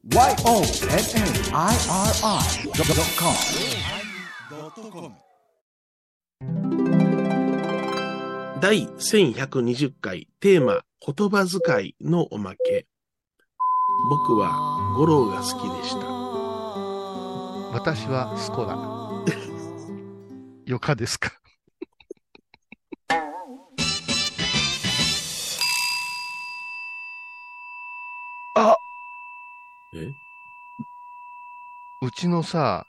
YONNIRI.com 第1120回テーマ言葉遣いのおまけ。僕は五郎が好きでした。 私はスコラ。よかですか。あ、うちのさ、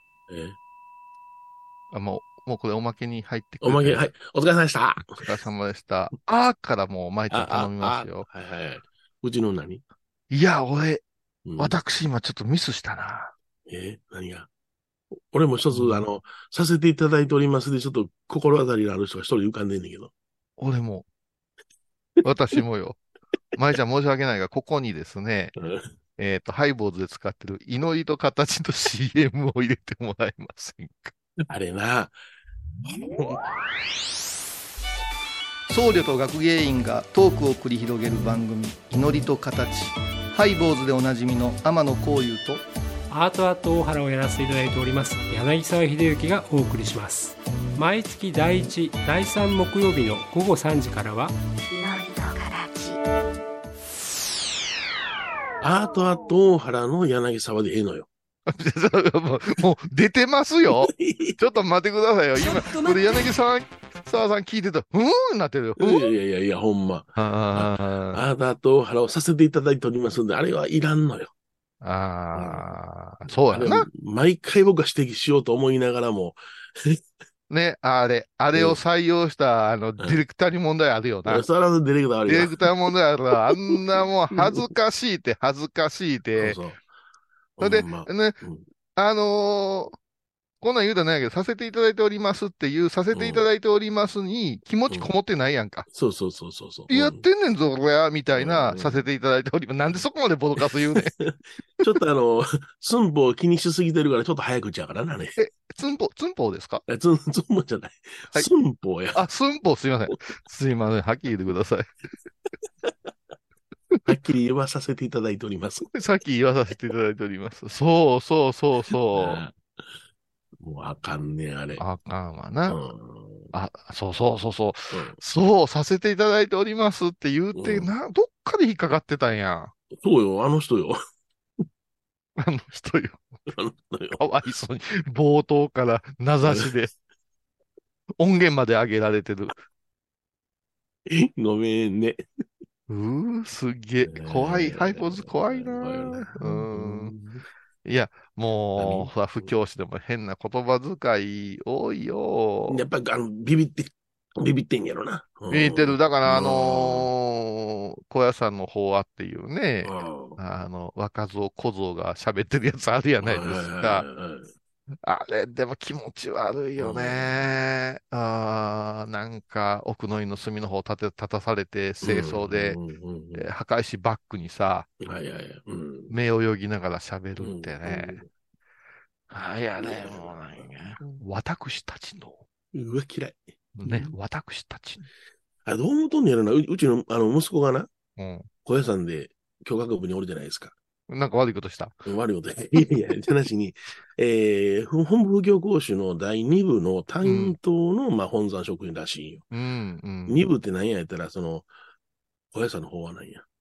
もうこれおまけに入ってくる。 おまけ、はい。お疲れ様でした。 お疲れ様でした。あーからもう毎日頼みますよ。 はいはい。うちの何？ いや、私今ちょっとミスしたな。 何が？俺も一つ、させていただいておりますで、ちょっと心当たりのある人が一人浮かんでんねんけど。 俺も。私もよ。舞ちゃん申し訳ないが、ここにですね、ハイボーズで使ってる祈りと形の CM を入れてもらえませんか。 あれな。 僧侶と学芸員がトークを繰り広げる番組、祈りと形。ハイボーズでおなじみの天野幸雄とアート大原をやらせていただいております柳沢秀幸がお送りします。毎月第1、第3木曜日の午後3時からは祈りと形。 アート大原の柳沢でええのよ。 もう出てますよ。ちょっと待ってくださいよ。今、これ柳沢さん聞いてた。なってるよ。 いや、ほんま。アート大原をさせていただいておりますんで、あれはいらんのよ。 そうやな。 毎回僕は指摘しようと思いながらも。 ね、あれを採用した、ディレクターに問題あるよな。 それはディレクターあるよ。 ディレクター問題あるわ。あんなもん恥ずかしいって。 そう。 それで、ね、こんなん言うたらないけど、させていただいておりますっていう、させていただいておりますに気持ちこもってないやんか。 そう。 やってんねんぞ、これや、みたいな、させていただいております。なんでそこまでボロカス言うねん。 ちょっと寸法を気にしすぎてるから、ちょっと早口やからなね。 寸法ですか？ 寸法じゃない。寸法や。 寸法すいません。すいません。はっきり言ってください。 はっきり言わさせていただいております。 さっき言わさせていただいております。そう。 もうあかんねあれ。 あかんわな。そう。そう、させていただいておりますって言うて、どっかで引っかかってたんや。 そうよ、あの人よ。 あの人よ。かわいそうに、冒頭から名指しで、音源まで上げられてる。 ごめんね。 すげえ。怖い。ハイポーズ怖いな。いや、もう、不教師でも変な言葉遣い多いよ。 やっぱり、ビビってんやろな。 ビビってる。だから、小屋さんの法話っていうね、若造小僧が喋ってるやつあるやないですか。あれ、でも気持ち悪いよね。なんか、奥の院の隅の方立たされて、清掃で、墓石バックにさ、目泳ぎながら喋るってね。いやね、もうなんや。私たちの。 嫌い。 ね、私たちの。どう思うとんねやろな。うちの、息子がな、小屋さんで教学部におるじゃないですか。 なんか悪いことした。 悪いこと。いや、じゃなしに、本部奉行講習の第2部の担当の、本山職員らしいよ。2部って何やったら、小屋さんの方は何や。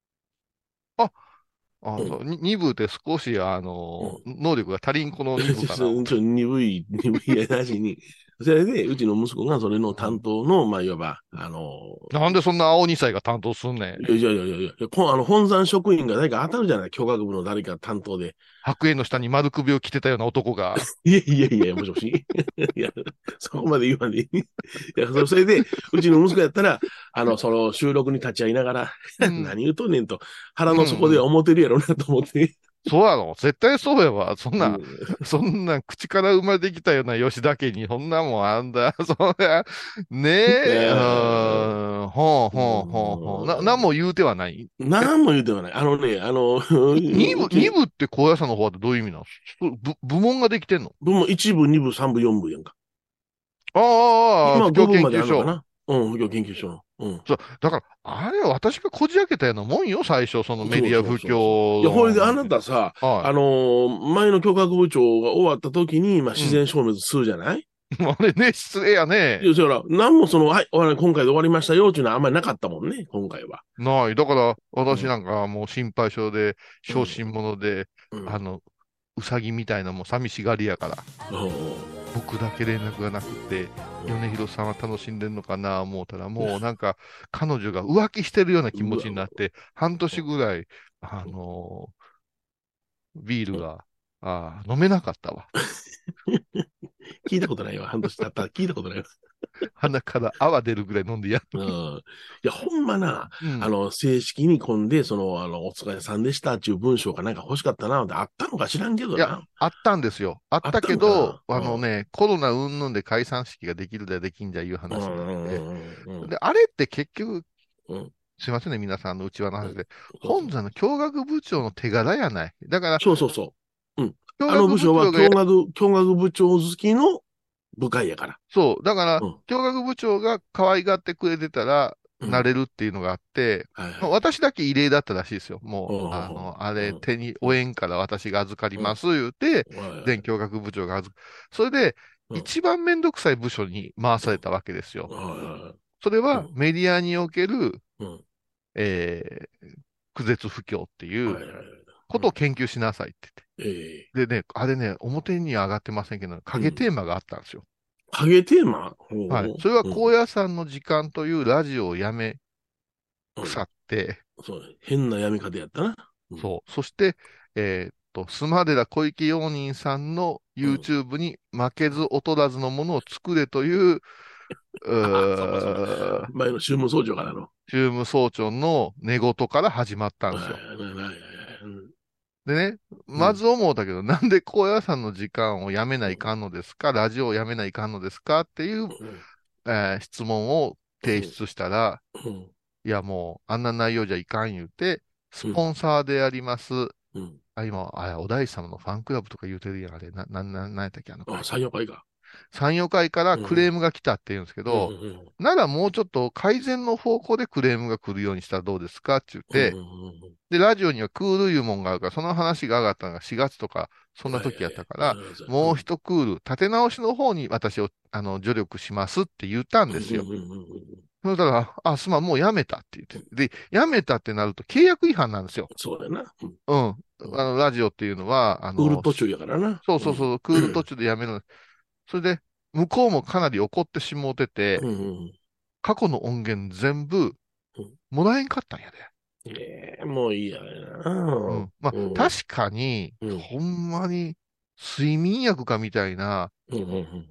2部って少し、能力が足りんこの2部かな。 鈍いやなしに。それで、うちの息子がそれの担当の、いわば、 なんでそんな青2歳が担当すんねん。 いや、本山職員が誰か当たるじゃない、教学部の誰か担当で。 白煙の下に丸首を着てたような男が。 いや、もしもし。いや、そこまで言わんでいい。いや、それで、うちの息子やったら、その収録に立ち会いながら、何言うとんねんと、腹の底では思ってるやろうなと思って。 そうやろ。絶対そうやわ。そんな口から生まれてきたような吉田家に、そんなもんあんだ。ねえ。ほう。何も言うてはない。 何も言うてはない。 2部って高野山の方ってどういう意味なの？部門ができてんの部門1部、2部、3部、4部やんか。 今 5部まであるのかな。不況研究所の。 うん。 そう、だから、あれは私がこじ開けたようなもんよ、最初、そのメディア不況いや、ほいであのなんて。 なたさ、 は前の教学部長が終わった時に、まあ、 い。うん。 自然消滅するじゃない。 あれね、失礼やね。 いや、そら、なんもはい、今回で終わりましたよ、っていうのはあんまりなかったもんね、今回は。 ない。だから、私うん、 なんかもう心配性で、 うん、 小心者で、 うん、 あの、うさぎみたいなもう寂しがりやから、 うん、 僕だけ連絡がなくて、米広さんは楽しんでんのかな思うたら、もうなんか、彼女が浮気してるような気持うわ、 ちになって、半年ぐらい、 うん、 ビールが、飲めなかったわ。 聞いたことないわ、半年経ったら聞いたことないわ。 鼻から泡出るぐらい飲んでやる。 うん。いや、ほんまな、 うん。 正式に混んで、お疲れさんでしたっていう文章がなんか欲しかったな、ってあったのか知らんけどいや、 な。 あったんですよ。あったあったけど、 のかな。うん。 コロナ云々で解散式ができるだできんじゃいううん、 話になって、 うん、うん、 で、あれって結局、 うん、 すいませんね、皆さん、内輪のうん。 話で、 そうそう。 本座の教学部長の手柄やない。だから、 そうそうそう。うん。 教学あの部署は部長が教学部長好きの部会やから。 そう、だから、 うん。 教学部長が可愛がってくれてたら、 うん。 なれるっていうのがあって、 はいはい。 まあ私だけ異例だったらしいですよ。もう、 ほうほうほあれ、 う。うん。 手にうん。 負えんから私が預かりうん。 ます、言うて、 はいはい。 全教学部長がそれで、 うん。 一番めんどくさい部署に回うん。 されたわけですよ。 はいはい。 それはうん。 メディアにおける、 うん。 苦絶不況っていうはいはいはい。 ことをうん。 研究しなさいってええ。 言って。でね、あれね、表には上がってませんけど、影うん。 テーマがあったんですよ。 影テーマ。ほうはい。 ほそれはう。うん。 高野山の時間というラジオをやめうん。 腐って、 そうね。変な闇風やったな。うん。 そう。そして、スマデラ小池洋人さんのうん。 YouTube に負けず劣らずのものを作れという、 ああ、そうかそうか。 うー前の宗務総長からの。 宗務総長の寝言から始まったんはいですよ。 はいはいはいはい。 でね、 うん。 まず思うたけど、なんで高野山の時間をやめないかんのですか、ラジオをやめないかんのですかっていう、 うん。 質問を提出したら、 うん。 いやもう、あんな内容じゃいかん言うて、スうん。 ポンサーであります。 うん。 今、お大師様のファンクラブとか言うてるやん、あれ。なんやったっけ、あのあ、 会。 採用会か。 産業会からクレーうん。 ムが来たって言うんですけうん。うど、 ん。 ならもうちょっと改善の方向でクレームが来るようにしたらどうですかって言っうん。うて、 ん。 で、ラジオにはクールいうもんがあるから、その話が上がったのが4月とか、そんな時やっはいはいはい。 たから、 うん。 もう一クール、立て直しの方に私を、助力しますって言ったんうん。 ですよ。 うん。 そしたら、すまん、もうやめたって言って。で、やめたってなると契約違反なんですよ。 そうだな。うん。 うん。 うん。 ラジオっていうのは、 売る途中やからな。うん。 そうそうそう、クール途中でやめる。それで、向こうもかなり怒ってしもうてて、 うん。 過去の音源全部うん。 もらえんかったんやで。 ええ、もういいやな。 うん。まあ、 うん。 確かに、 うん。 ほんまに睡眠薬かみたいなうん。うん。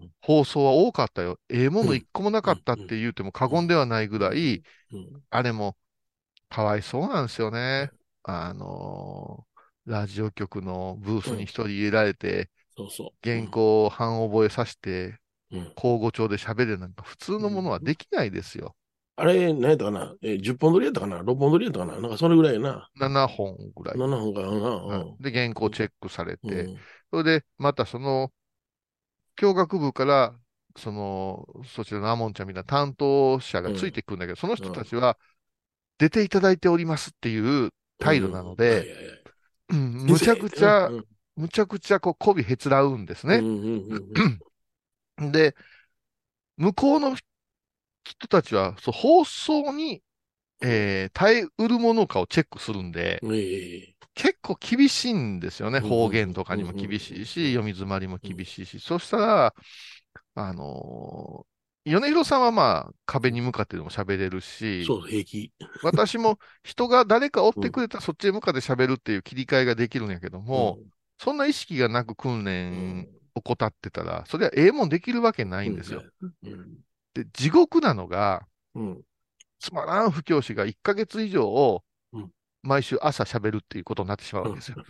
放送は多かったよ。ええもうん。 の一個もなうん。 かったっうん。 て言うても過言ではないぐうん。 らい、 うん。 あれもかわいそうなんですよね。あのラジオ局のブースに一人入れられて、 そうそう。うん。 原稿を半覚えさせて、 うん。 口語調で喋るなんか普通のものはできないですよ。 あれ、何やったかな、10本撮りやったかな ?6 本撮りやったかな、なんかそれぐらいやな。 7本ぐらい。 7本かな。 はい。で、原稿チェックされうん。 て、 うん。 それで、また教学部から、そちらのアモンちゃんみたいな担当者がついうん。 てくるんだけど、その人うん。 たちは出ていただいておりますっていううん。 態度なのはいで、 はいはい。先むちゃ生ってな。 くちゃ、 うん。 むちゃくちゃこう媚びへつらうんですね。 うん。うん。うん。 で、向こうの人たちは、そう、放送に、耐えうるものかをチェックするんで、 うん。ええ。 結構厳しいんですよね。 うん。うん。 方言とかうん。 にも厳しいし、 うん。 読み詰まりもうん。 厳しいし。そしたら、あの米広さんはまあ、壁に向かってでも喋れるし、 そう、平気。 私も人が誰か追っうん。 てくれたらそっちへ向かって喋るっていう切り替えができるんやけども、 うん。 そんな意識がなく訓うん。 練怠ってたら、それはええもんできるわけないうん。 んですよ。 うん。 で、地獄なのが、 うん。 つまらん布教師が1ヶ月以上をうん。 毎週朝喋るっていうことになってしまううん。 わけですよ。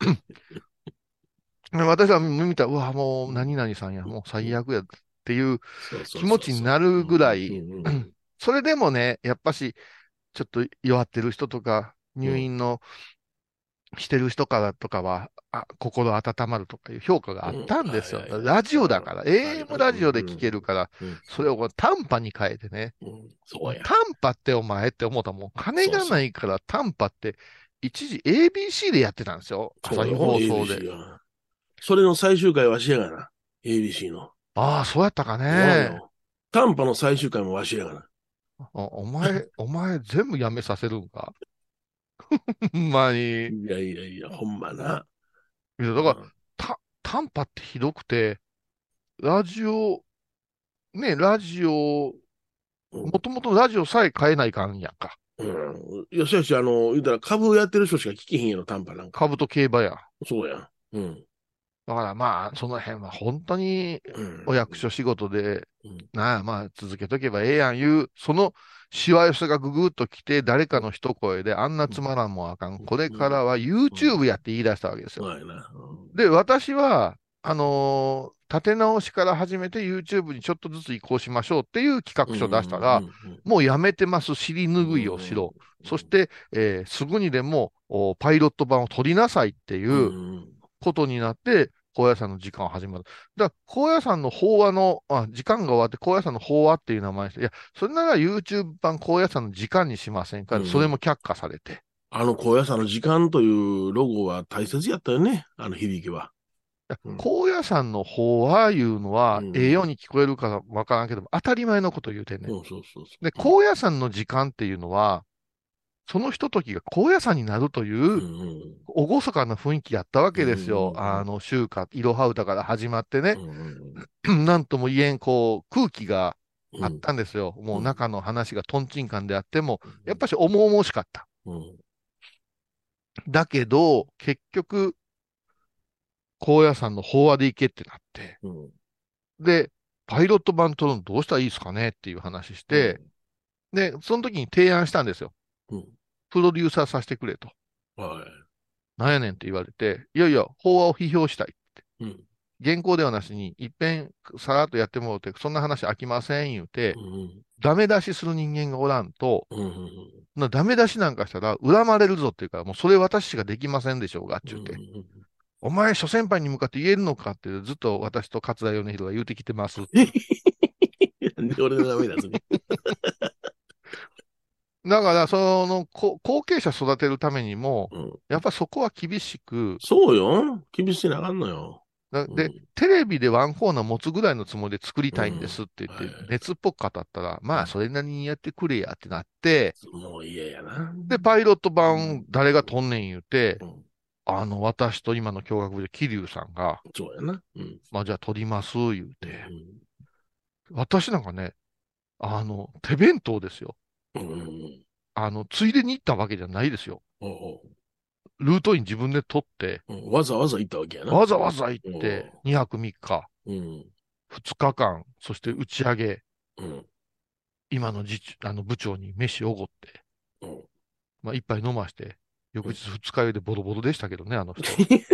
私は見たら、うわ、もう何々さんや、もううん。 最悪やっていうそうそう気持そうそちになう。うるぐらん。うい、 ん。 それでもね、やっぱし、ちょっと弱ってる人とか、 うん。 入院のしてる人からとかは、心温まるとかいう評価があったんですよ。ラジオだから、AM ラジオで聞けるから、それを短波に変えてね。 そうや。 短波ってお前って思ったらもう金がないから短波って一時 ABC でやってたんですよ。朝日放送で。 それの最終回わしやがな。ABC の。 ああ、そうやったかね。 短波の最終回もわしやがな。 お前全部やめさせるんかほんまに。 いやいやいや、ほんまな。 いや、だから、短波ってひどくて、ラジオ、もともとラジオさえ変えないかんやんか。 よしよし、言うたら株やってる人しか聞けへんやろ、短波なんか。 株と競馬や。 そうや。 だからまあ、その辺は本当にお役所仕事で、まあ続けとけばええやんいう、そのしわ寄せがぐぐっと来て、誰かの一声であんなつまらんもんあかん。これからは YouTube やって言い出したわけですよ。で、私は、立て直しから始めて YouTube にちょっとずつ移行しましょうっていう企画書出したら、もうやめてます、尻拭いをしろ。そして、すぐにでもパイロット版を取りなさいっていうことになって、高野山の時間が始まる。だから、高野山の法話の、時間が終わって、高野山の法話っていう名前にして、いや、それなら YouTube 版高野山の時間にしませんか、それも却下されて。 高野山の時間というロゴは大切やったよね、響きは。 高野山の法話いうのは、ええように聞こえるかわからんけども、当たり前のこと言うてんね。で、高野山の時間っていうのは、そのひとときが高野山になるという、厳かな雰囲気やったわけですよ。秋夏、いろは歌から始まってね。なんとも言えん、空気があったんですよ。もう中の話がトンチンカンであっても、やっぱし重々しかった。だけど、結局、高野山の法話で行けってなって、で、パイロット版取るのどうしたらいいですかねっていう話して、で、その時に提案したんですよ。プロデューサーさせてくれと。なんやねんって言われて、いやいや、法話を批評したいって。原稿ではなしに、いっぺんさらっとやってもらって、そんな話飽きません言うて、ダメ出しする人間がおらんと、ダメ出しなんかしたら恨まれるぞっていうから、もうそれ私しかできませんでしょうが、って言って。お前、諸先輩に向かって言えるのかってずっと私と桂米宏が言うてきてます。 なんで俺のダメ出すね。 だから、後継者育てるためにも、やっぱそこは厳しく。 そうよ。厳しくなあかんのよ。 で、テレビでワンコーナー持つぐらいのつもりで作りたいんですって言って、熱っぽく語ったら、まあ、それなりにやってくれやってなって、 もう嫌やな。 で、パイロット版誰が撮んねん言うて、私と今の教学部で桐生さんが、 そうやな。 まあ、じゃあ撮ります、言うて。私なんかね、手弁当ですよ。ついでに行ったわけじゃないですよ。ルートイン自分で取って、 わざわざ行ったわけやな。 わざわざ行って、2泊3日、2日間、そして打ち上げ、今の部長に飯おごって、まあ、一杯飲まして、翌日2日酔いでボロボロでしたけどね、あの人。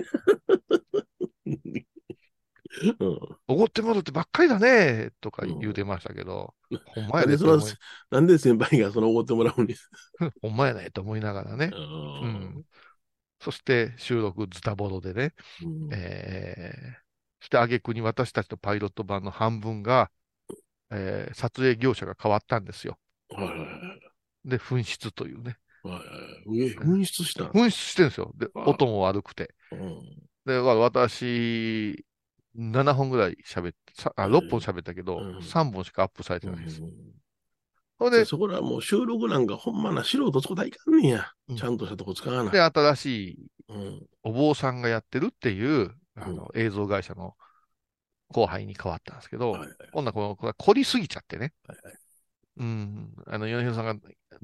おごってもらってばっかりだね、とか言うてましたけど、ほんまやねと思い。 なんで先輩がそのおごってもらうんですほんまやねと思いながらね。そして収録ズタボロでね。そして挙句に私たちのパイロット版の半分が、撮影業者が変わったんですよ。で、紛失というね。 紛失した紛失してるんですよ。で、音も悪くて。で、私、7本ぐらい喋って、6本喋ったけど、3本しかアップされてないです。 そこらもう収録なんかほんまな素人そこだいかんねんや。ちゃんとしたとこ使わな。 で、新しいお坊さんがやってるっていう、映像会社の後輩に変わったんですけど、今度はこれは凝りすぎちゃってね。米広さんが、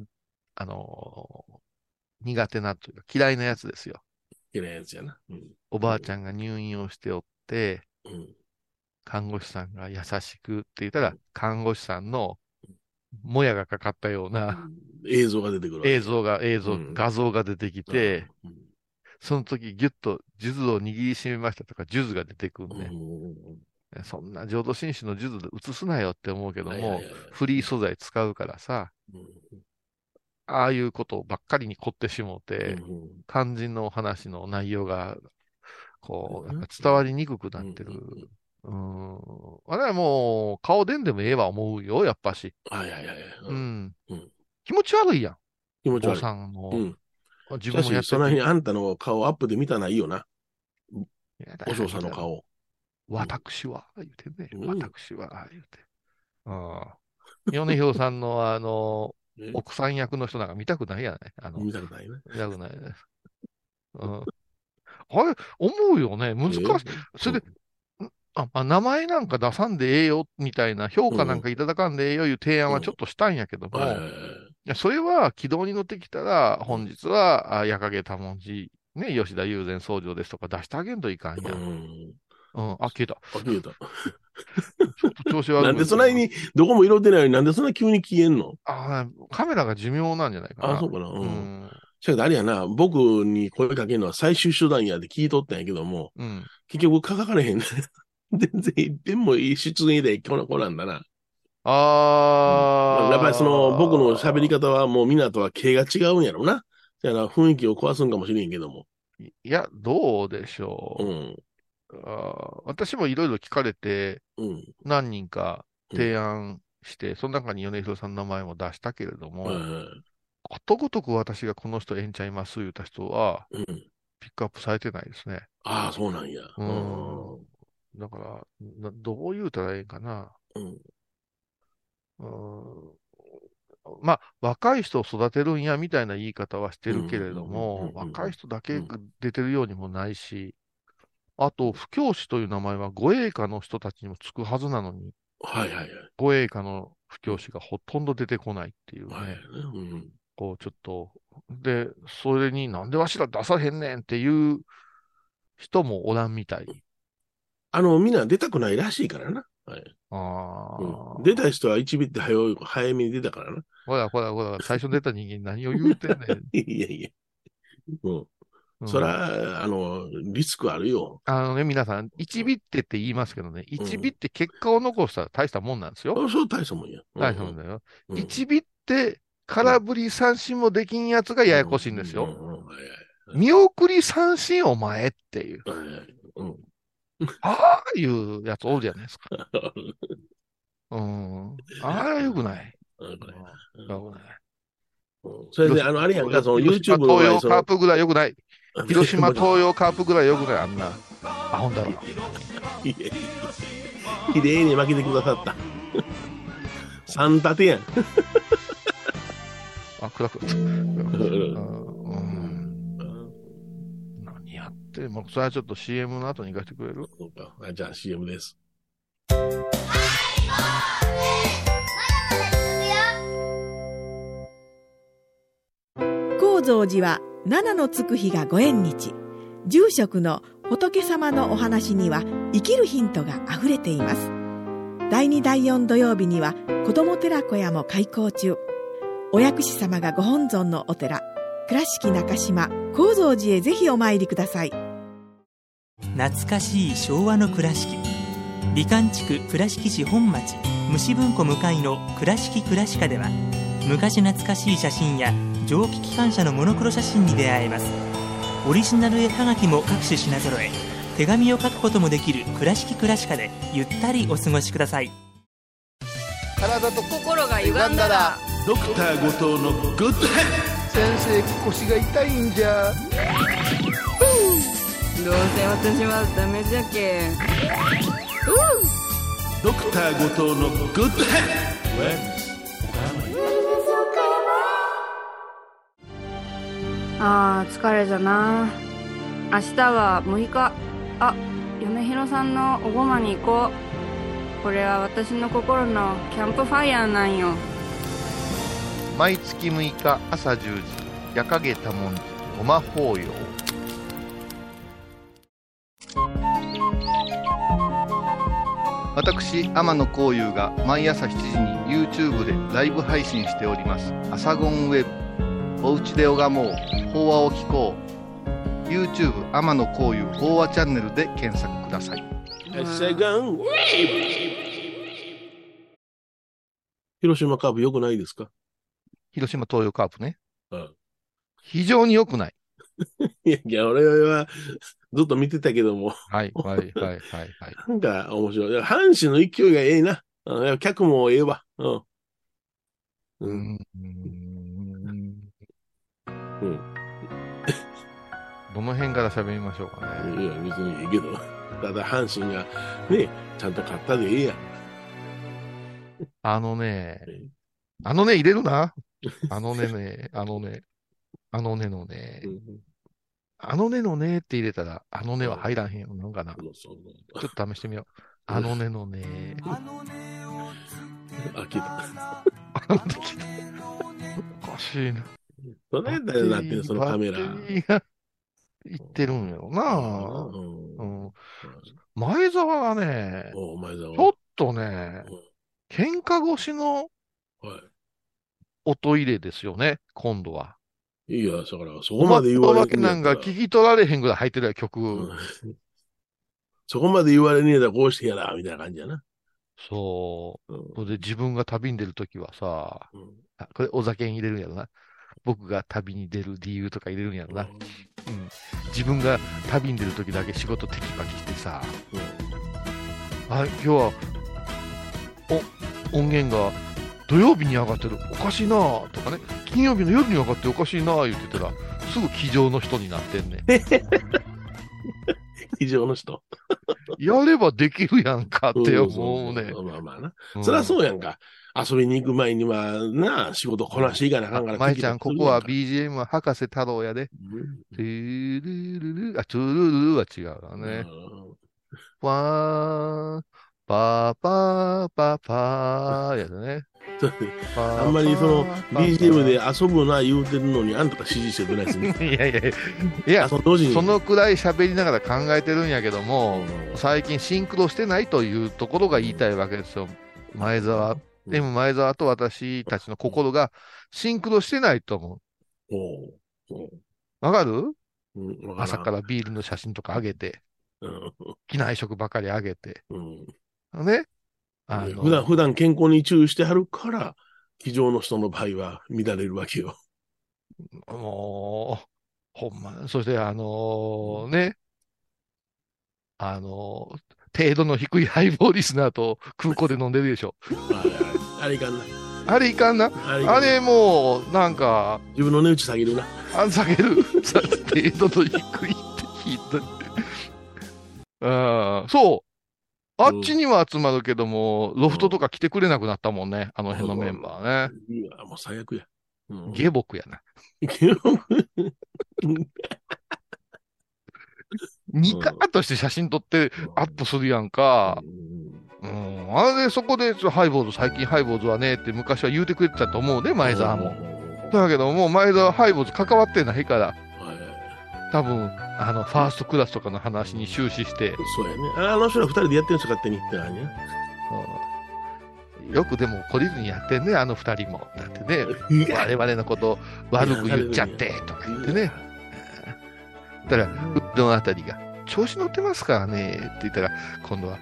苦手なというか嫌いなやつですよ。 嫌いなやつやな。 おばあちゃんが入院をしておって、看護師さんが優しくって言ったら、看護師さんのもやがかかったような映像が出てくる。 画像が出てきて、その時ギュッと数珠を握りしめましたとか、数珠が出てくるんで、そんな浄土真宗の数珠で映すなよって思うけども、フリー素材使うからさ、 ああいうことばっかりに凝ってしもうて、肝心のお話の内容が、こう、やっぱ伝わりにくくなってる。あれはもう、顔でんでもええわ思うよ、やっぱし。気持ち悪いやん。 気持ち悪い。 お父さんの。 自分もやってる。その辺あんたの顔アップで見たないよな。お嬢さんの顔。 私は、言うてね。私は、言うて。米広さんの奥さん役の人なんか見たくないやない。 見たくないね。 見たくないね。あれ、思うよね。難しい。それで、名前なんか出さんでええよ、みたいな、評価なんかいただかんでええよ、いう提案はちょっとしたんやけども、それは軌道に乗ってきたら、本日は、矢影多文字、ね、吉田友禅僧正ですとか出してあげんといかんやん。消えた。 消えた。 ちょっと調子悪い。 なんでそんなに、どこも色ってないのになんでそんな急に消えんの？ カメラが寿命なんじゃないかな。 そうかな。しかしあれやな、僕に声かけるのは最終手段やで聞いとったんやけども、結局書かれへん。全然一遍もいい出現で来なんだな。やっぱり僕の喋り方はもうみんなとは毛が違うんやろな。だから雰囲気を壊すんかもしれんけども。 いや、どうでしょう。私もいろいろ聞かれて、何人か提案して、その中に米広さんの名前も出したけれども、ことごとく私がこの人ええんちゃいます言った人は、ピックアップされてないですね。 そうなんや。 だから、どう言うたらええんかな。若い人を育てるんやみたいな言い方はしてるけれども、若い人だけ出てるようにもないし、あと、布教師という名前は護衛科の人たちにもつくはずなのに、護衛科の布教師がほとんど出てこないっていうね。こう、ちょっと、で、それになんでわしら出さへんねんっていう人もおらんみたい。 みんな出たくないらしいからな。出た人は一尾って早めに出たからな。 ほら、最初出た人間何を言うてんねん。 いや。そら、リスクあるよ。 皆さん、一尾ってって言いますけどね、一尾って結果を残したら大したもんなんですよ。 そう、大したもんや。 大したもんだよ。一尾って、空振り三振もできんやつがややこしいんですよ。見送り三振お前っていう。いうやつおるじゃないですか。よくない。 それで、あれやんか、YouTube の東洋カープぐらいよくない。広島東洋カープぐらいよくない、あんな。ほんだろ。 きれいに負けてくださった。三立てやん。 暗く。何やってもうそれはちょっと CM の後に行かせてくれる？ そうか。じゃあ CM です。 高蔵寺は七のつく日がご縁日。住職の仏様のお話には生きるヒントがあふれています。第2第4土曜日には子ども寺小屋も開校中。お薬師様がご本尊のお寺、倉敷中島・高蔵寺へぜひお参りください。 懐かしい昭和の倉敷。美観地区倉敷市本町虫文庫向かいの倉敷倉歯科では、昔懐かしい写真や蒸気機関車のモノクロ写真に出会えます。オリジナル絵はがきも各種品揃え、手紙を書くこともできる倉敷倉歯科でゆったりお過ごしください。 体と心が歪んだらドクター後藤のグッドヘッ先生、腰が痛いんじゃ。 どうせ私はダメじゃけ。 ドクター後藤のグッドヘッ疲れじゃな。明日は6日。米広さんのおごまに行こう。これは私の心のキャンプファイヤーなんよ。 毎月6日朝10時、矢影多文字ごま法要。 私天野幸雄が毎朝7時に YouTube でライブ配信しておりますアサゴンウェブ。おうちで拝もう、法話を聞こう。 YouTube 天野幸雄法話チャンネルで検索ください。 広島カープ良くないですか？ 広島東洋カープね。 うん。 非常に良くない。 いや、俺はずっと見てたけども。 はい、はい、はい、はい。 なんか面白い。阪神の勢いがええな。客もええわ。うん。うん。 どの辺から喋りましょうかね。 いや、別にいいけど。ただ、阪神がね、ちゃんと勝ったでええやん。 あのね入れるな。あのねのね、あのねのねって入れたら、あのねは入らへんよ。なんかな。ちょっと試してみよう。あのねのね。 あ、聞いた。 おかしいな。 どないだよなってんそのカメラ。 言ってるんやろな。前澤はね、ちょっとね、喧嘩越しの音入れですよね、今度は。 いや、だから、そこまで言われわけなんか聞き取られへんぐらい入ってるや曲。 そこまで言われねえだ、こうしてやら、みたいな感じやな。 そう。で、自分が旅に出るときはさ、これお酒に入れるんやろな。僕が旅に出る理由とか入れるんやろな。自分が旅に出るときだけ仕事テキパキしてさ、今日は、音源が土曜日に上がってる、おかしいなとかね、金曜日の夜に上がっておかしいな言ってたら、すぐ机上の人になってんねん。 机上の人やればできるやんかって思うね。 まあまあな。そりゃそうやんか。遊びに行く前にはな、仕事こなしていかなあかんから。 舞ちゃん、ここは BGM は博士太郎やで。トゥルルル、トゥルルルは違うわね。わー、パーパーパーパーやだね。 あんまりその BGM で遊ぶな言うてるのにあんとか指示してくれないですね。 いや、そのくらい喋りながら考えてるんやけども、最近シンクロしてないというところが言いたいわけですよ。前澤。でも前澤と私たちの心がシンクロしてないと思う。わかる？朝からビールの写真とか上げて、機内食ばかり上げて。ね。 普段健康に注意してはるから、机上の人の場合は乱れるわけよ。 もう、ほんま。そして、ね。程度の低いハイボーリスナーと空港で飲んでるでしょ。 あれいかんな。 あれいかんな。あれもう、なんか。 自分の値打ち下げるな。 下げる。程度の低いって聞いた。そう。あっちには集まるけども、ロフトとか来てくれなくなったもんね。あの辺のメンバーね。 いや、もう最悪や。 下僕やな。 下僕ニカーとして写真撮ってアップするやんか。あれでそこでハイボーズ、最近ハイボーズはねって昔は言うてくれてたと思うね、前澤も。だけどもう前澤はハイボーズ関わってないから、多分、ファーストクラスとかの話に終始して。 そうやね。あの人ら二人でやってるんです勝手にって何や。 よくでも懲りずにやってんね、あの二人も。だってね、我々のこと悪く言っちゃって、とか言ってね。だから、うどんあたりが、調子乗ってますからね、って言ったら、今度は、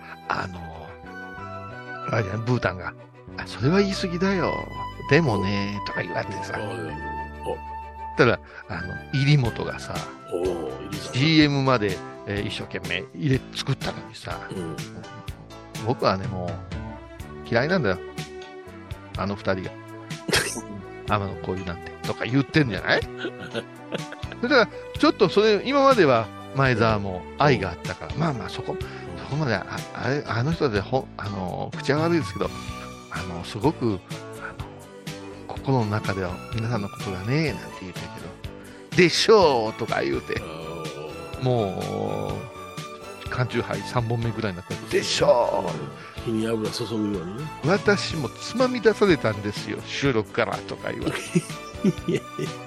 あれじゃん、ブータンが、それは言い過ぎだよ。でもね、とか言われてさ。たら、入本がさ、GM まで、一生懸命作ったのにさ、僕はね、もう、嫌いなんだよ。あの二人が。天野こういうなんて、とか言ってんじゃないだから、ちょっとそれ、今までは前澤も愛があったから、まあまあそこまで、あの人で口は悪いですけど、すごく、心の中では皆さんのことがね、なんて言うてるけど、でしょうとか言うて、もう、缶チューハイ3本目ぐらいになったら、でしょう火に油注ぐようにね。 私もつまみ出されたんですよ、収録からとか言われて。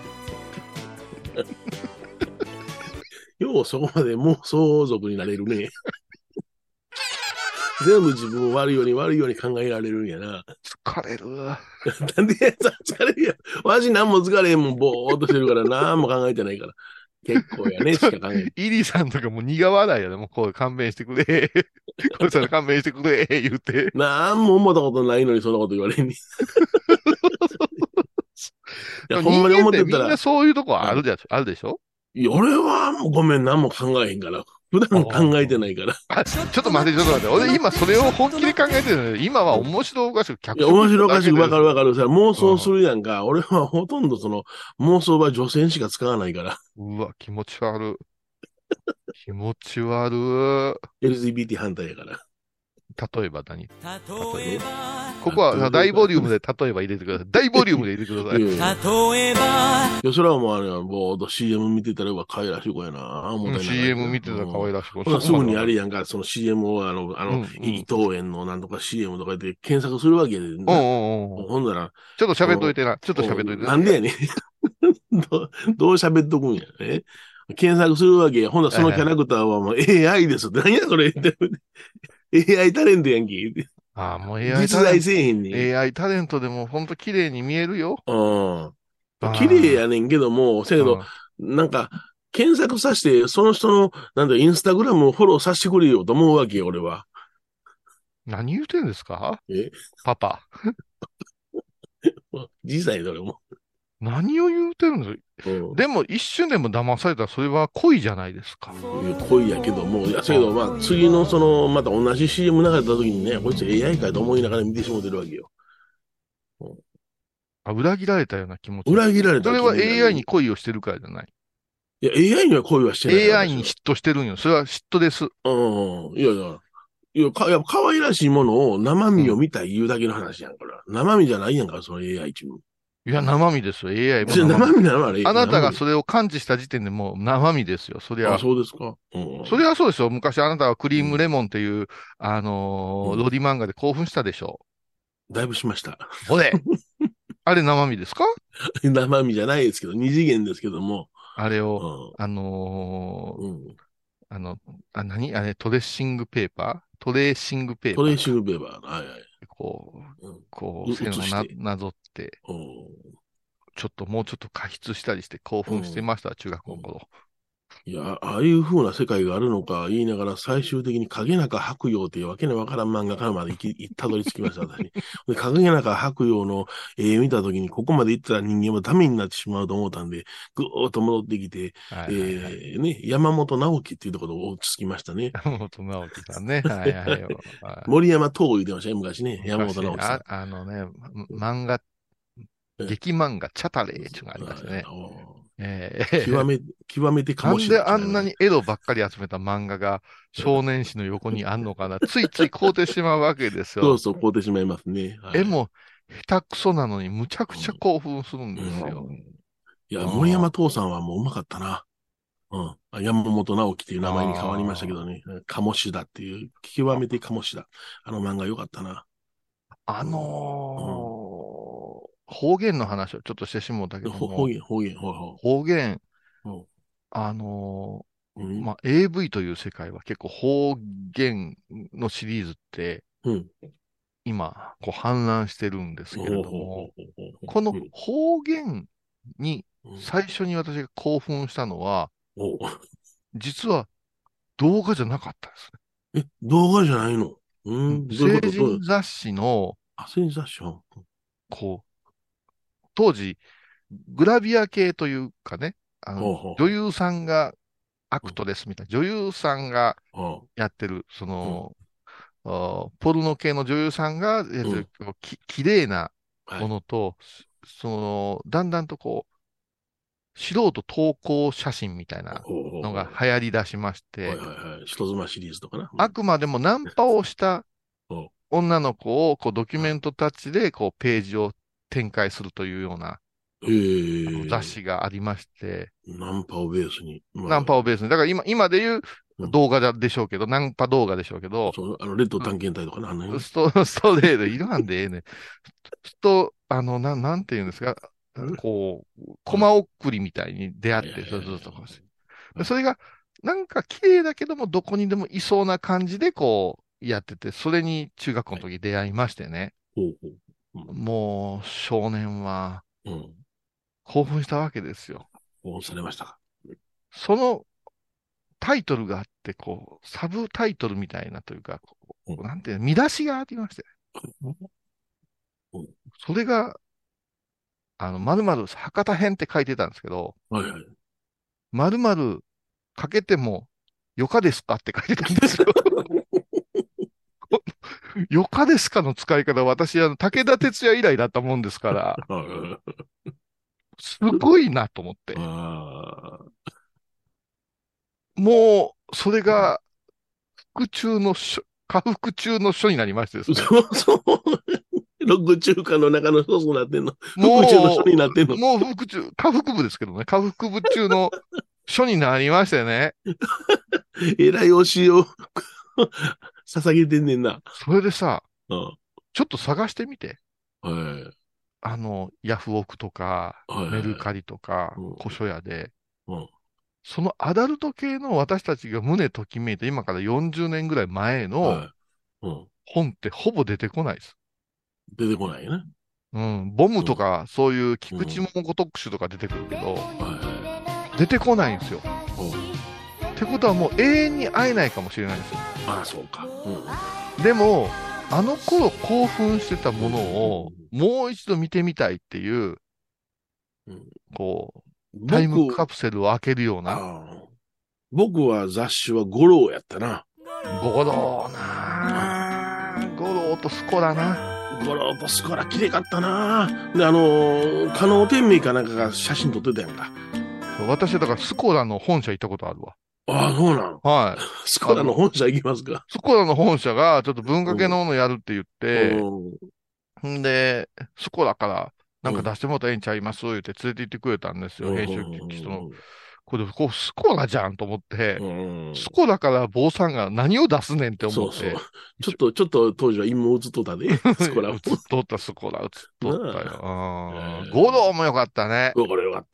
ようそこまで妄想族になれるね。全部自分を悪いように考えられるんやな。 疲れる。 なんで疲れるやん。わし何も疲れへんもん、ぼーっとしてるから何も考えてないから。結構やね、しか考えて。 イリさんとかも苦笑いやで、もうこう勘弁してくれ。こいつら勘弁してくれ、言うて。 何も思ったことないのにそんなこと言われんに。 や、ほんまに思ってたら。 みんなそういうとこあるでしょ？ いや、俺はもうごめん、何も考えへんから。普段考えてないから。 ちょっと待って、俺今それを本気で考えてるので、今は面白おかしくいや、面白おかしくわかるわかる。妄想するやんか。俺はほとんど妄想は女性しか使わないから。 うわ、気持ち悪い。気持ち悪い。 LGBT 反対やから。 例えば何？ここは大ボリュームで例えば入れてください。大ボリュームで入れてください。 例えば。いや、それはもうぼーっと CM 見てたら可愛らしい子やな。 CM 見てたら可愛らしい子。 すぐにあれやんか、その CM を伊藤園のなんとか CM とかで検索するわけで。ほんなら。 ちょっと喋っといてな。ちょっと喋っといてな。 なんでやねん。どう喋っとくんやね。検索するわけや。ほんならそのキャラクターはもう AI ですって。何やそれ。AI タレントやんけ。 もう AI 実在せえへんねん。AI タレントでもほんと綺麗に見えるよ。 綺麗やねんけども、せやけど、なんか、検索させて、その人の、インスタグラムをフォローさせてくれよと思うわけよ、俺は。 何言うてんですか？パパ。 小さいどれも。 何を言うてるんですか？でも一瞬でも騙されたらそれは恋じゃないですか。 恋やけども、いや、せやけど、次のまた同じ CM 流れた時にね、こいつ AI かと思いながら見てしもてるわけよ。 裏切られたような気持ち。 裏切られた。 それは AI に恋をしてるからじゃない。 いや、AI には恋はしてない。 AI に嫉妬してるんよ。それは嫉妬です。 いや、可愛らしいものを生身を見たい言うだけの話やんから。生身じゃないやんか、その AI チーム。 いや、生身ですよ、AI も。 生身なのあれ。 あなたがそれを感知した時点でもう生身ですよ、そりゃ。 そうですか。 そりゃそうですよ。昔あなたはクリームレモンっていう、ロリ漫画で興奮したでしょ。 だいぶしました。 ほれあれ生身ですか？ 生身じゃないですけど、二次元ですけども。 あれを、何あれ、トレーシングペーパーはいはい。 こう、線をなぞって、もうちょっと加筆したりして興奮してました、中学校の頃。 いや、ああいう風な世界があるのか言いながら最終的に影中白陽っていうわけのわからん漫画からまでたどり着きました、私。で、影中白陽の絵見た時にここまで行ったら人間はダメになってしまうと思ったんで、ぐーっと戻ってきて、山本直樹っていうところを落ち着きましたね。 山本直樹さんね。はいはい。 森山東言ってましたね、昔ね。山本直樹さん。 劇漫画、チャタレーっていうのがありましたね。 極めてかもしれない。 なんであんなにエロばっかり集めた漫画が少年誌の横にあんのかな。ついつい買うてしまうわけですよ。 そう、買うてしまいますね。 絵も下手くそなのにむちゃくちゃ興奮するんですよ。 いや、森山父さんはもううまかったな。山本直樹っていう名前に変わりましたけどね。鴨志田っていう、極めて鴨志田。あの漫画良かったな。 方言の話をちょっとしてしもうたけども。方言。AV という世界は結構方言のシリーズって、今、氾濫してるんですけれども、この方言に最初に私が興奮したのは、実は動画じゃなかったですね。動画じゃないの？ 成人雑誌の、当時、グラビア系というかね、女優さんがアクトレスみたいな、女優さんがやってる、ポルノ系の女優さんがやってる、綺麗なものと、だんだんと素人投稿写真みたいなのが流行り出しまして、 人妻シリーズとかな。 あくまでもナンパをした女の子をドキュメントタッチでページを展開するというような雑誌がありまして。 ナンパをベースに。 ナンパをベースに。だから今で言う動画でしょうけど、ナンパ動画でしょうけど。 レッド探検隊とかな、 ストレート、いらんでええね。なんて言うんですか、コマ送りみたいに出会って、それが、なんか綺麗だけども、どこにでもいそうな感じでやってて、それに中学校の時出会いましてね。もう、少年は、興奮したわけですよ。 興奮されましたか。 そのタイトルがあって、サブタイトルみたいなというか、なんていうの、見出しがありまして。それが、 〇〇博多編って書いてたんですけど、 はいはい。 〇〇かけても、よかですかって書いてたんですよ。よかですかの使い方、私、武田鉄矢以来だったもんですから、すごいなと思って。もう、それが、下腹中の書になりましてですね。 そうそう。六中華の中の一つになってんの。腹中の書になってんの。 もう下腹部ですけどね。下腹部中の書になりましてね。 えらい教えを捧げてんねんな。 それでさ、ちょっと探してみて。ヤフオクとか、メルカリとか、古書屋で、そのアダルト系の私たちが胸ときめいて、今から40年ぐらい前の本ってほぼ出てこないです。 出てこないよね。 ボムとか、そういう菊池桃子特集とか出てくるけど、出てこないんですよ。ってことはもう永遠に会えないかもしれないんですよ。 ああ、そうか。 でも、あの頃興奮してたものをもう一度見てみたいっていう、タイムカプセルを開けるような。 僕は雑誌は五郎やったな。 五郎なぁ。五郎とスコラな。 五郎とスコラ綺麗かったな。で、加納天明かなんかが写真撮ってたやんか。 私はだからスコラの本社行ったことあるわ。 ああ、そうなん。 はい。 スコラの本社行きますか。 スコラの本社がちょっと文化系のものやるって言って、んで、スコラからなんか出してもらったらええんちゃいます言って連れて行ってくれたんですよ、編集人の。これ、スコラじゃんと思って、スコラから坊さんが何を出すねんって思って。そうそう。ちょっと当時は陰謀映っとったで、スコラ。 映っとった、スコラ映っとったよ。五郎もよかったね。 五郎よかった。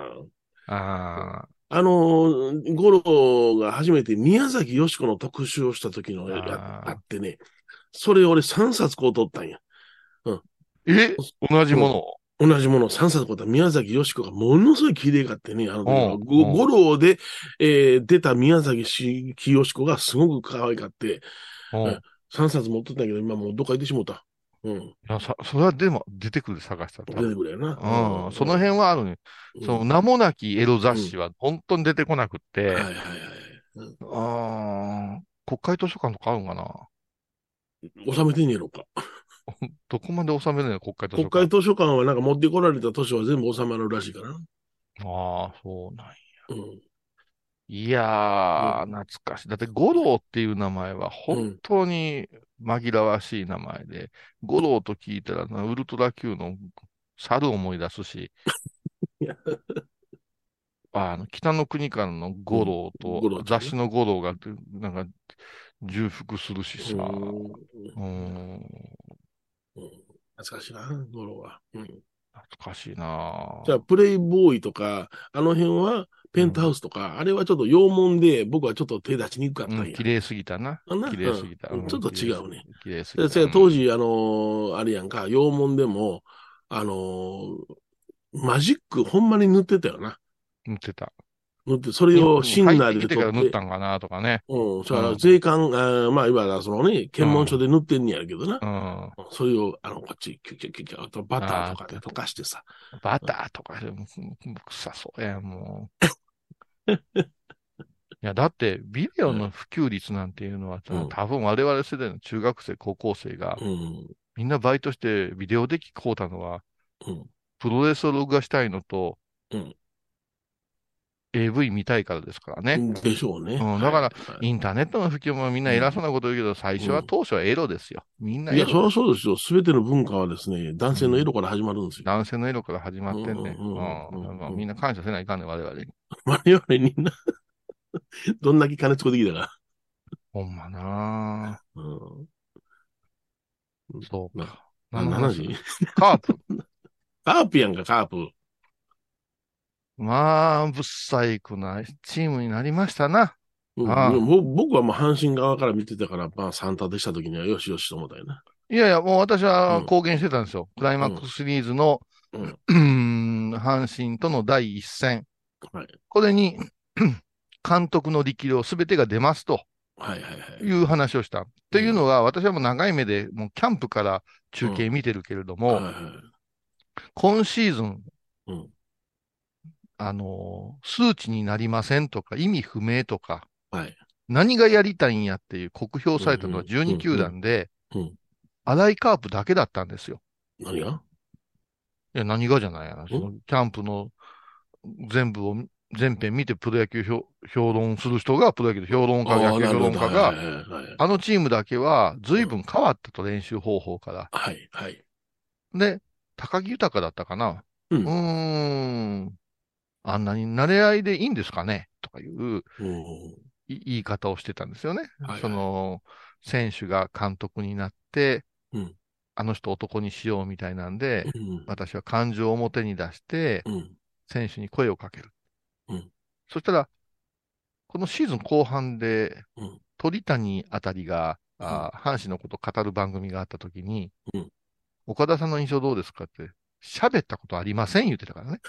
五郎が初めて宮崎美子の特集をした時のがあってね、それ俺3冊こう取ったんや。 同じもの同じものを3冊こう取った宮崎美子がものすごい綺麗かってね、五郎で、出た宮崎美子がすごく可愛かって、3冊持っとったんやけど、今もうどっか行ってしもうた。 それはでも出てくる探したら。 出てくるやな。 その辺はあるね。その名もなきエロ雑誌は本当に出てこなくって。国会図書館とかあるんかな。 収めてんねやろか。 どこまで収めるのよ、国会図書館。 国会図書館はなんか持ってこられた図書は全部収まるらしいからな。 ああ、そうなんや。いやー、懐かしい。だって五郎っていう名前は本当に紛らわしい名前で、五郎と聞いたらウルトラ Q の猿を思い出すし、北の国からの五郎と、雑誌の五郎がなんか重複するしさ。 懐かしいな、五郎は。 懐かしいな。 じゃあ、プレイボーイとか、あの辺は、ペントハウスとか、あれはちょっと洋物で、僕はちょっと手出しにくかったんや。 綺麗すぎたな。綺麗すぎた。 ちょっと違うね。 綺麗すぎた。 当時、あれやんか、洋物でも、マジックほんまに塗ってたよな。 塗ってた。 それをシンナーで撮ってから塗ったんかなとかね。 それから税関、まあ、いわゆるそのね、検問所で塗ってんねやけどな。それを、こっち、キュキュキュキュ、あとバターとかで溶かしてさ。 バターとかでも、臭そうやん、もう。いや、だって、ビデオの普及率なんていうのは、多分我々世代の中学生、高校生が、みんなバイトしてビデオデッキ買うたのは、プロレスを録画したいのと、AV 見たいからですからね。 でしょうね。 だから、インターネットの普及もみんな偉そうなこと言うけど、最初は当初はエロですよ。みんなエロ。 いや、そりゃそうですよ。すべての文化はですね、男性のエロから始まるんですよ。 男性のエロから始まってんね。みんな感謝せないかんね、我々に。 我々みんなどんだけ金使ってきたか。 ほんまなそうか。 何の話？ カープ。 カープやんか、カープ。 まあ、ぶっ細工なチームになりましたな。 僕はもう阪神側から見てたから、まあ、3立てした時にはよしよしと思ったよな。 いやいや、もう私は公言してたんですよ。クライマックスシリーズの、阪神との第一戦。これに、監督の力量すべてが出ますと。いう話をした。っていうのは、私はもう長い目で、もうキャンプから中継見てるけれども、 今シーズン、 うん。 数値になりませんとか、意味不明とか、 はい。 何がやりたいんやっていう酷評されたのは12球団で、 うん。 新井カープだけだったんですよ。 何が？ いや、何がじゃないやな。そのキャンプの全編見てプロ野球評論する人が、プロ野球評論家、野球評論家が、あのチームだけは随分変わったと、練習方法から。 はい、はい。 で、高木豊だったかな。 うん。 あんなに慣れ合いでいいんですかねとかいううん。 言い方をしてたんですよね。 はいはい、 その、選手が監督になって、 うん、 あの人男にしようみたいなんで、 うん、 私は感情を表に出して、 うん、 選手に声をかける。 うん、 そしたら、このシーズン後半で、 うん、 鳥谷あたりが、 うん、 阪神のことを語る番組があったときに、 うん、 岡田さんの印象どうですかって、喋ったことありません言ってたからね。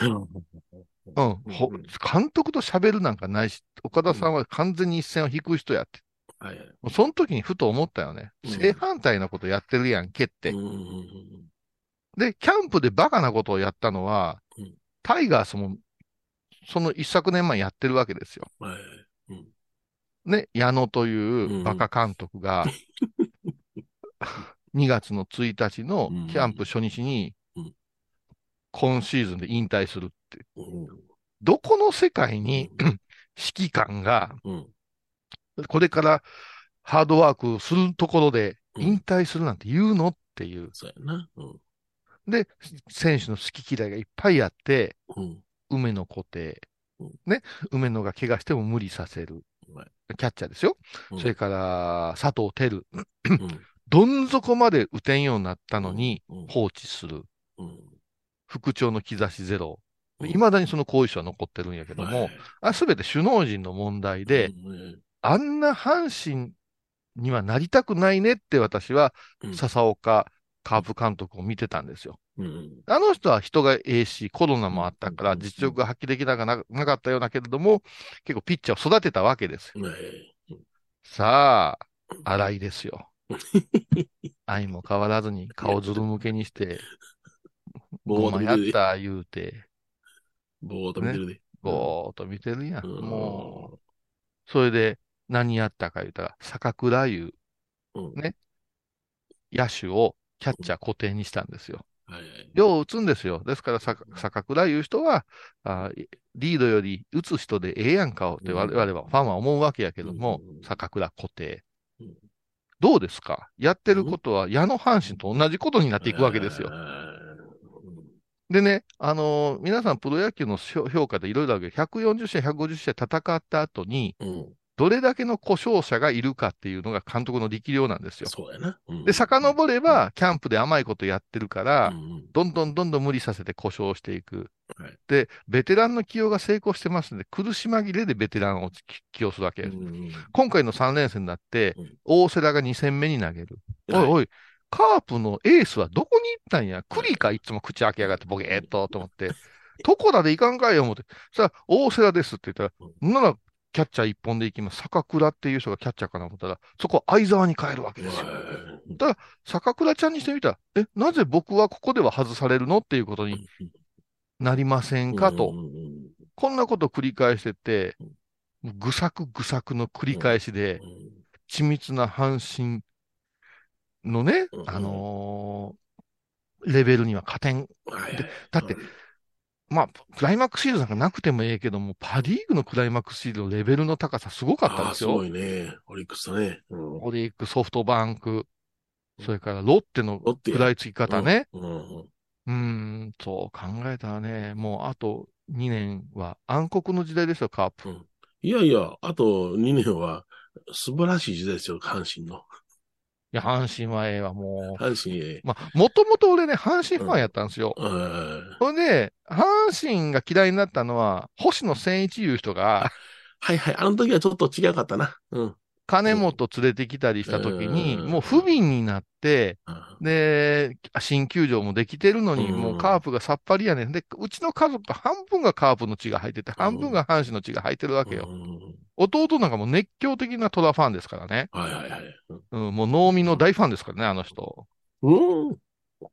監督と喋るなんかないし、岡田さんは完全に一線を引く人やって。 はいはい、 その時にふと思ったよね。正反対なことやってるやんけって。で、キャンプでバカなことをやったのは、タイガースも、その一昨年前やってるわけですよ。ね、矢野というバカ監督が、2月の1日のキャンプ初日に、今シーズンで引退するって。どこの世界に指揮官が、これからハードワークするところで引退するなんて言うのっていう。 そうやな。 で、選手の好き嫌いがいっぱいあって、梅野固定、ね、梅野が怪我しても無理させる。キャッチャーですよ。それから佐藤輝。どん底まで打てんようになったのに放置する。復調の兆しゼロ。未だにその後遺症は残ってるんやけども、すべて首脳陣の問題で、あんな阪神にはなりたくないねって私は、笹岡カープ監督を見てたんですよ。あの人は人がええし、コロナもあったから実力が発揮できなかったようだけれども、結構ピッチャーを育てたわけですよ。さあ、新井ですよ。愛も変わらずに顔ずる向けにして、ごまやった言うて。 ぼーっと見てるで。 ぼーっと見てるやん。もう。それで何やったか言うたら、坂倉優、ね。野手をキャッチャー固定にしたんですよ。よう打つんですよ。ですから、坂倉いう人は、リードより打つ人でええやんかって我々はファンは思うわけやけども、坂倉固定。どうですか？やってることは矢野阪神と同じことになっていくわけですよ。でね、皆さんプロ野球の評価でいろいろあるけど、140試合、150試合戦った後に、どれだけの故障者がいるかっていうのが監督の力量なんですよ。 そうやな。 で、遡れば、キャンプで甘いことやってるから、どんどん無理させて故障していく。で、ベテランの起用が成功してますので、苦し紛れでベテランを起用するわけです。今回の3連戦になって、大瀬良が2戦目に投げる。おい、カープのエースはどこに行ったんや？栗かいつも口開けやがってボケーっと思って。床田でいかんかいよ思って。さあ、大瀬良ですって言ったら、なら、キャッチャー一本で行きます。坂倉っていう人がキャッチャーかな思ったら、そこ相沢に変えるわけですよ。だから、坂倉ちゃんにしてみたら、なぜ僕はここでは外されるのっていうことになりませんかと。こんなことを繰り返してて、ぐさくの繰り返しで、緻密な阪神のね、レベルには勝てん。だって、まあ、クライマックスシードなんかなくてもええけども、パリーグのクライマックスシードのレベルの高さすごかったですよ。 すごいね。オリックスだね。 オリックス、ソフトバンク、それからロッテの食らいつき方ね。そう考えたらね、もうあと2年は暗黒の時代ですよ、カープ。 いやいや、あと2年は素晴らしい時代ですよ、阪神の。 いや、阪神はええわ、もう。 阪神ええ。 まあ、もともと俺ね、阪神ファンやったんですよ。それで、阪神が嫌いになったのは、星野千一いう人が、 はいはい、あの時はちょっと違かったな。 金本連れてきたりした時に、もう不憫になって、で、新球場もできてるのに、もうカープがさっぱりやねん。で、うちの家族半分がカープの血が入ってて、半分が阪神の血が入ってるわけよ。弟なんかも熱狂的な虎ファンですからね。もう能見の大ファンですからね、あの人。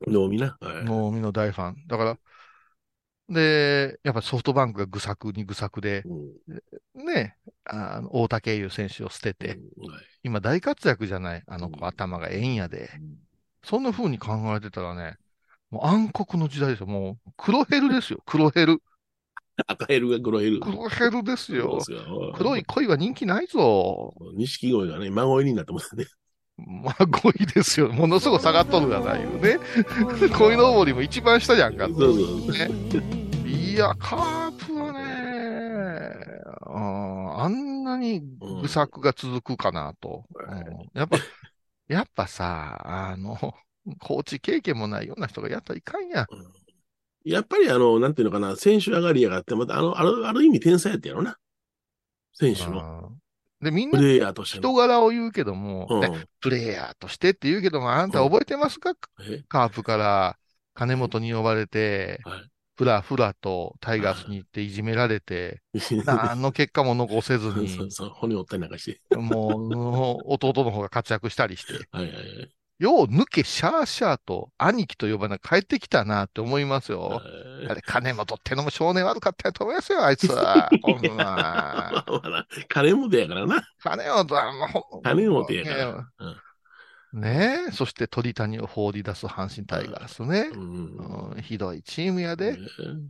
能見な。 能見の大ファン。だから、で、やっぱソフトバンクが愚策に愚策で、ね、大竹優選手を捨てて、今大活躍じゃない、あの子、頭がええんやで。そんな風に考えてたらね、もう暗黒の時代ですよ。もう、黒ヘルですよ、黒ヘル。 赤ヘルが黒ヘル。 黒ヘルですよ。黒い恋は人気ないぞ。 錦鯉がね、真鯉になってますね。 まあ、5位ですよ。ものすごく下がっとるがないよね。鯉のぼりも一番下じゃんか。そうね。いや、カープはね、あんなに愚策が続くかなと。やっぱさ、コーチ経験もないような人がやったらいかんや。 やっぱりなんていうのかな、選手上がりやがって、またある意味天才やったやろな。選手の。 で、みんな人柄を言うけども、プレイヤーとしてって言うけども、あんた覚えてますか、カープから金本に呼ばれて、ふらふらとタイガースに行っていじめられて、何の結果も残せずに、 骨折ったりなんかして。 もう、弟の方が活躍したりして。よう抜けシャーシャーと兄貴と呼ばない帰ってきたなって思いますよ。あれ、金本ってのも少年悪かったと思いますよ、あいつは。ほんま。 金本やからな。 金本はもう。 金本やから。 ねえ、そして鳥谷を放り出す阪神タイガースね。ひどいチームやで。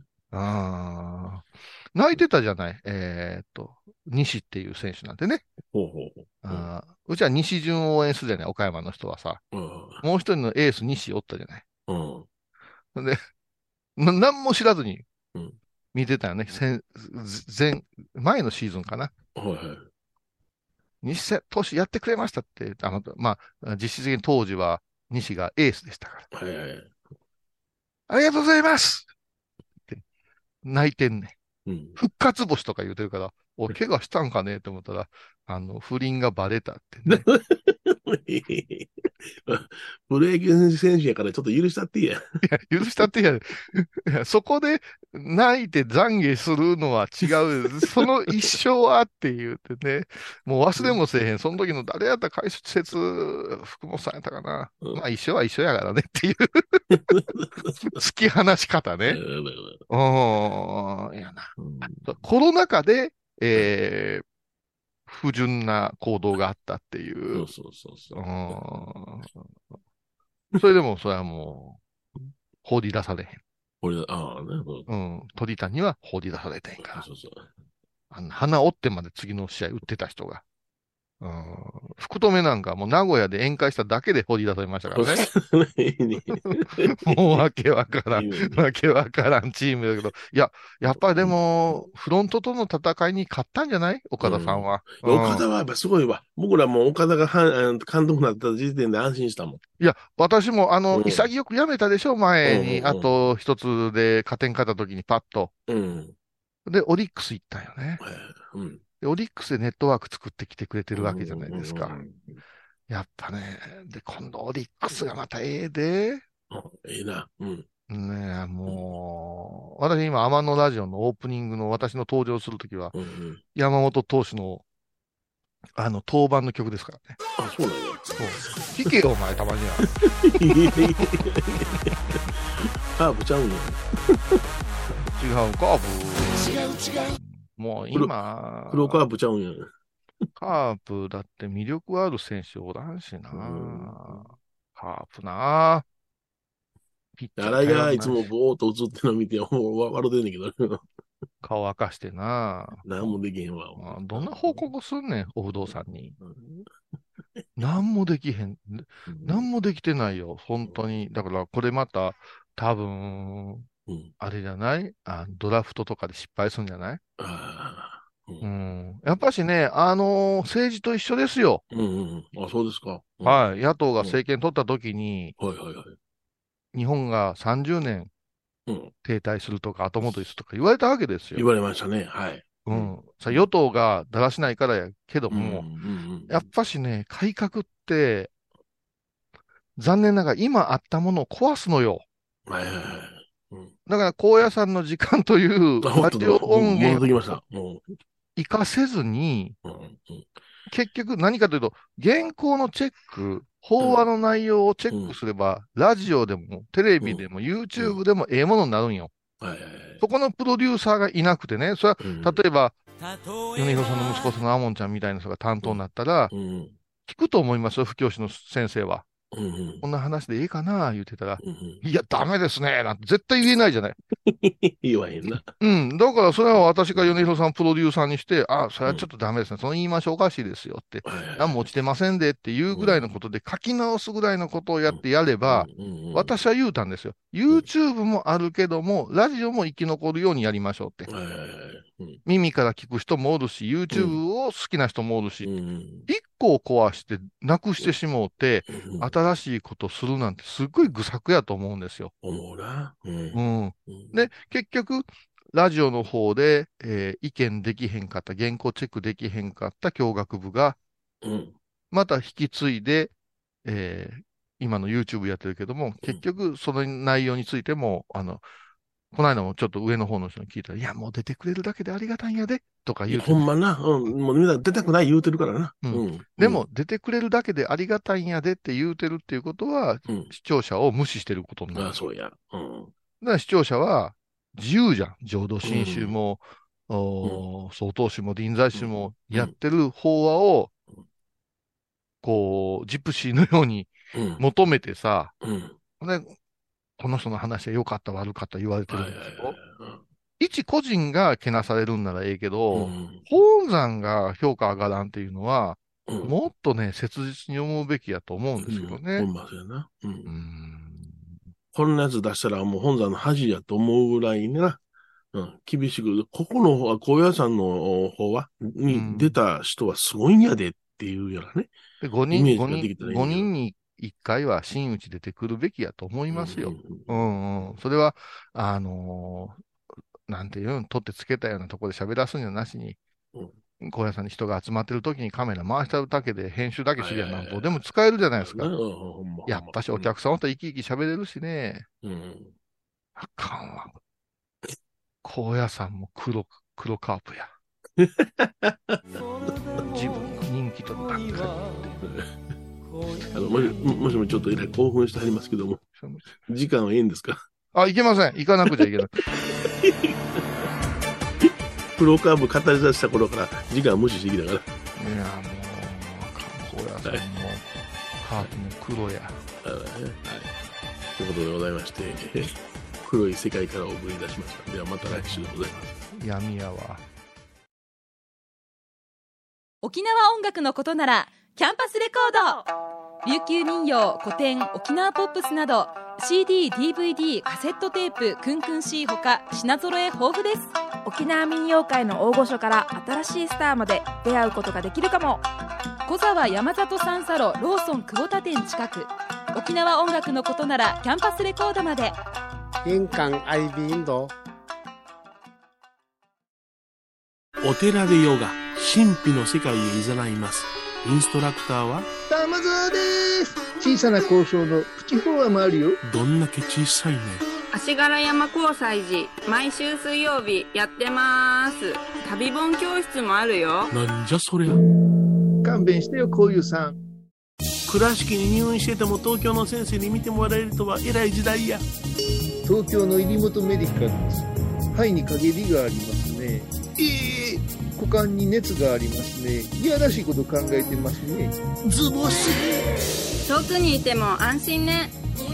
泣いてたじゃない。西っていう選手なんてね。うちは西順を応援するじゃない、岡山の人はさ。もう一人のエース西おったじゃない。で、何も知らずに見てたよね。前のシーズンかな。西投手やってくれましたって、実質的に当時は西がエースでしたから。ありがとうございますって泣いてんね。復活星とか言うてるから、怪我したんかねって思ったら、不倫がバレたってね。 プロ野球選手やからちょっと許したっていいや。 いや、許したっていいや。そこで泣いて懺悔するのは違う。その一生はって言ってね。もう忘れもせえへん。その時の誰やった解説、福本さんやったかな。まあ一緒は一緒やからねっていう突き放し方ね。いやな。コロナ禍で、不純な行動があったっていう。それでも、それはもう、放り出されへん。鳥谷は放り出されてへんから。鼻折ってまで次の試合打ってた人が。福留なんかもう名古屋で宴会しただけで放り出されましたからね。もうわけわからんチームだけど。いや、やっぱりでも、フロントとの戦いに勝ったんじゃない岡田さんは。 岡田はやっぱすごいわ。僕らも岡田が監督になった時点で安心したもん。いや、私も潔く辞めたでしょ、前に。あと一つで加点勝った時にパッと。で、オリックス行ったよね。オリックスでネットワーク作ってきてくれてるわけじゃないですか。やっぱね、で、今度オリックスがまたええで。 ええな。 ねえ、もう、私今、天野ラジオのオープニングの私の登場するときは、山本投手の、登板の曲ですからね。 あ、そうなんや。 聞けよ、お前、たまには。 カーブちゃうんや。 違う、カーブ。違う。もう今、 黒カープちゃうんや。 カープだって魅力ある選手おらんしな。カープな。 新井がいつもぼーっと映ってるの見て、もう笑ってんねんけど。 顔明かしてな。 何もできへんわ。 どんな報告すんねん、お不動産に。何もできへん。何もできてないよ、本当に。だからこれまた、多分、あれじゃないドラフトとかで失敗するんじゃないやっぱしね、政治と一緒ですよ。 あ、そうですか。 はい。野党が政権取った時に、日本が30年停滞するとか後戻りするとか言われたわけですよ。 言われましたね。はい。 与党がだらしないからやけども、やっぱしね、改革って、残念ながら今あったものを壊すのよ。だから、高野山の時間というラジオ音源を活かせずに、 結局何かというと、原稿のチェック、法話の内容をチェックすれば、ラジオでも、テレビでも、YouTube でもええものになるんよ。そこのプロデューサーがいなくてね、それは、例えば、米広さんの息子さんのアモンちゃんみたいな人が担当になったら、聞くと思いますよ、布教師の先生は。こんな話でいいかな言ってたら、いや、ダメですねなんて絶対言えないじゃない。 言わへんな。 だからそれは私が米広さんプロデューサーにして、それはちょっとダメですね。その言い回しおかしいですよって。何も落ちてませんでっていうぐらいのことで、書き直すぐらいのことをやれば、私は言うたんですよ。YouTube もあるけども、ラジオも生き残るようにやりましょうって。耳から聞く人もおるし、YouTube を好きな人もおるし、一個を壊してなくしてしもうて、新しいことするなんてすっごい愚策やと思うんですよ。 思うな。 で、結局、ラジオの方で、意見できへんかった、原稿チェックできへんかった教学部が、また引き継いで、今の YouTube やってるけども、結局その内容についても、この間もちょっと上の方の人に聞いたら、いや、もう出てくれるだけでありがたいんやで、とか言うて。 ほんまな。もうみんな出たくない言うてるからな。 でも、出てくれるだけでありがたいんやでって言うてるっていうことは、視聴者を無視してることになる。 そうや。だから視聴者は自由じゃん。浄土真宗も、曹洞宗も臨済宗もやってる法話を、こう、ジプシーのように求めてさ、でこの人の話は良かった悪かった言われてるんですよ。一個人がけなされるんならええけど、本山が評価上がらんっていうのは、もっとね、切実に思うべきやと思うんですよね。 ほんまそうやな。こんなやつ出したらもう本山の恥やと思うぐらいな、厳しく、ここの方は、高野山の方は、に出た人はすごいんやでっていうようなね。 5人に1回は真打ち出てくるべきやと思いますよ。それは、なんていうの、取ってつけたようなところで喋らすんじゃなしに、高野山に人が集まってる時にカメラ回しただけで編集だけすりゃなんぼでも使えるじゃないですか。やっぱしお客さんと生き生き喋れるしね。あかんわ。高野山も黒カープや。自分の人気とばっかり。 もしもちょっとえらい興奮してありますけども、時間はいいんですか？ いけません。行かなくちゃいけない。 プロカーブ語り出した頃から時間無視してきたから。 いや、もう、高野山も、カープも黒や。 ということでございまして、黒い世界からお送り出しました。ではまた来週でございます。 闇やわ。 沖縄音楽のことならキャンパスレコード、琉球民謡、古典、沖縄ポップスなど CD、DVD、カセットテープ、クンクン C ほか品揃え豊富です。 沖縄民謡界の大御所から新しいスターまで出会うことができるかも。小沢山里三佐路ローソン久保田店近く。沖縄音楽のことならキャンパスレコードまで。 玄関アイビーインド。 お寺でヨガ、神秘の世界へ誘います。インストラクターは玉沢です。小さな交渉のプチフォアもあるよ。 どんだけ小さいね。 足柄山交際時毎週水曜日やってます。旅本教室もあるよ。 なんじゃそりゃ。 勘弁してよ、こういうさん。 倉敷に入院してても東京の先生に見てもらえるとは偉い時代や。 東京の入本メディカルです。肺に陰りがありますね。股間に熱がありますね。いやらしいこと考えてますね。 ズボス。 遠くにいても安心ね。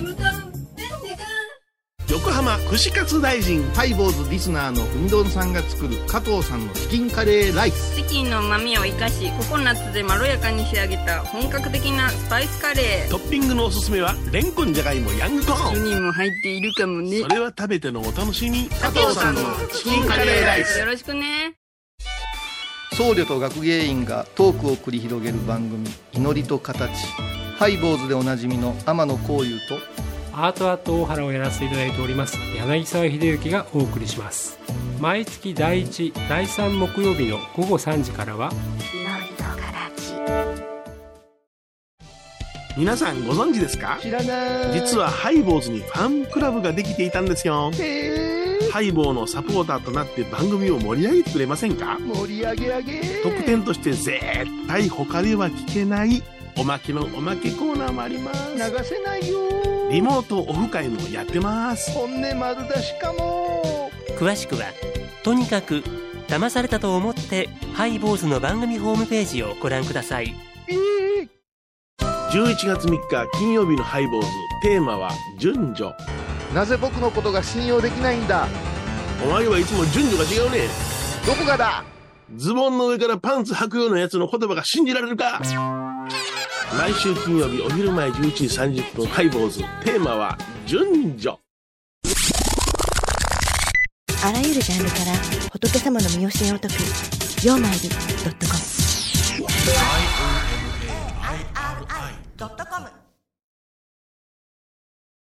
横浜串カツ大臣ハイボーズリスナーのうみどんさんが作る加藤さんのチキンカレーライス。 チキンの旨味を生かしココナッツでまろやかに仕上げた本格的なスパイスカレー。 トッピングのおすすめはレンコン、じゃがいも、ヤングコーン。 1人も入っているかもね。 それは食べてのお楽しみ。 加藤さんのチキンカレーライス、よろしくね。 僧侶と学芸員がトークを繰り広げる番組、祈りと形。ハイボーズでおなじみの天野幸雄とアートアート大原をやらせていただいております柳沢秀幸がお送りします。毎月第1、第3木曜日の午後3時からは祈りと形。 皆さんご存知ですか？ 知らない。 実はハイボーズにファンクラブができていたんですよ。 ハイボーのサポーターとなって番組を盛り上げてくれませんか？ 盛り上げ上げ。 特典として絶対他では聞けないおまけのおまけコーナーもあります。 流せないよ。 リモートオフ会もやってます。 本音丸出しかも。 詳しくはとにかく騙されたと思ってハイボーズの番組ホームページをご覧ください。 11月3日金曜日のハイボーズ、テーマは順序。 なぜ僕のことが信用できないんだ。 お前はいつも順序が違うね。 どこがだ。 ズボンの上からパンツ履くようなやつの言葉が信じられるか。毎週金曜日お昼前11時30分ハイボーズ、テーマは順序。 あらゆるジャンルから仏様の身教えを説く曜マイル.com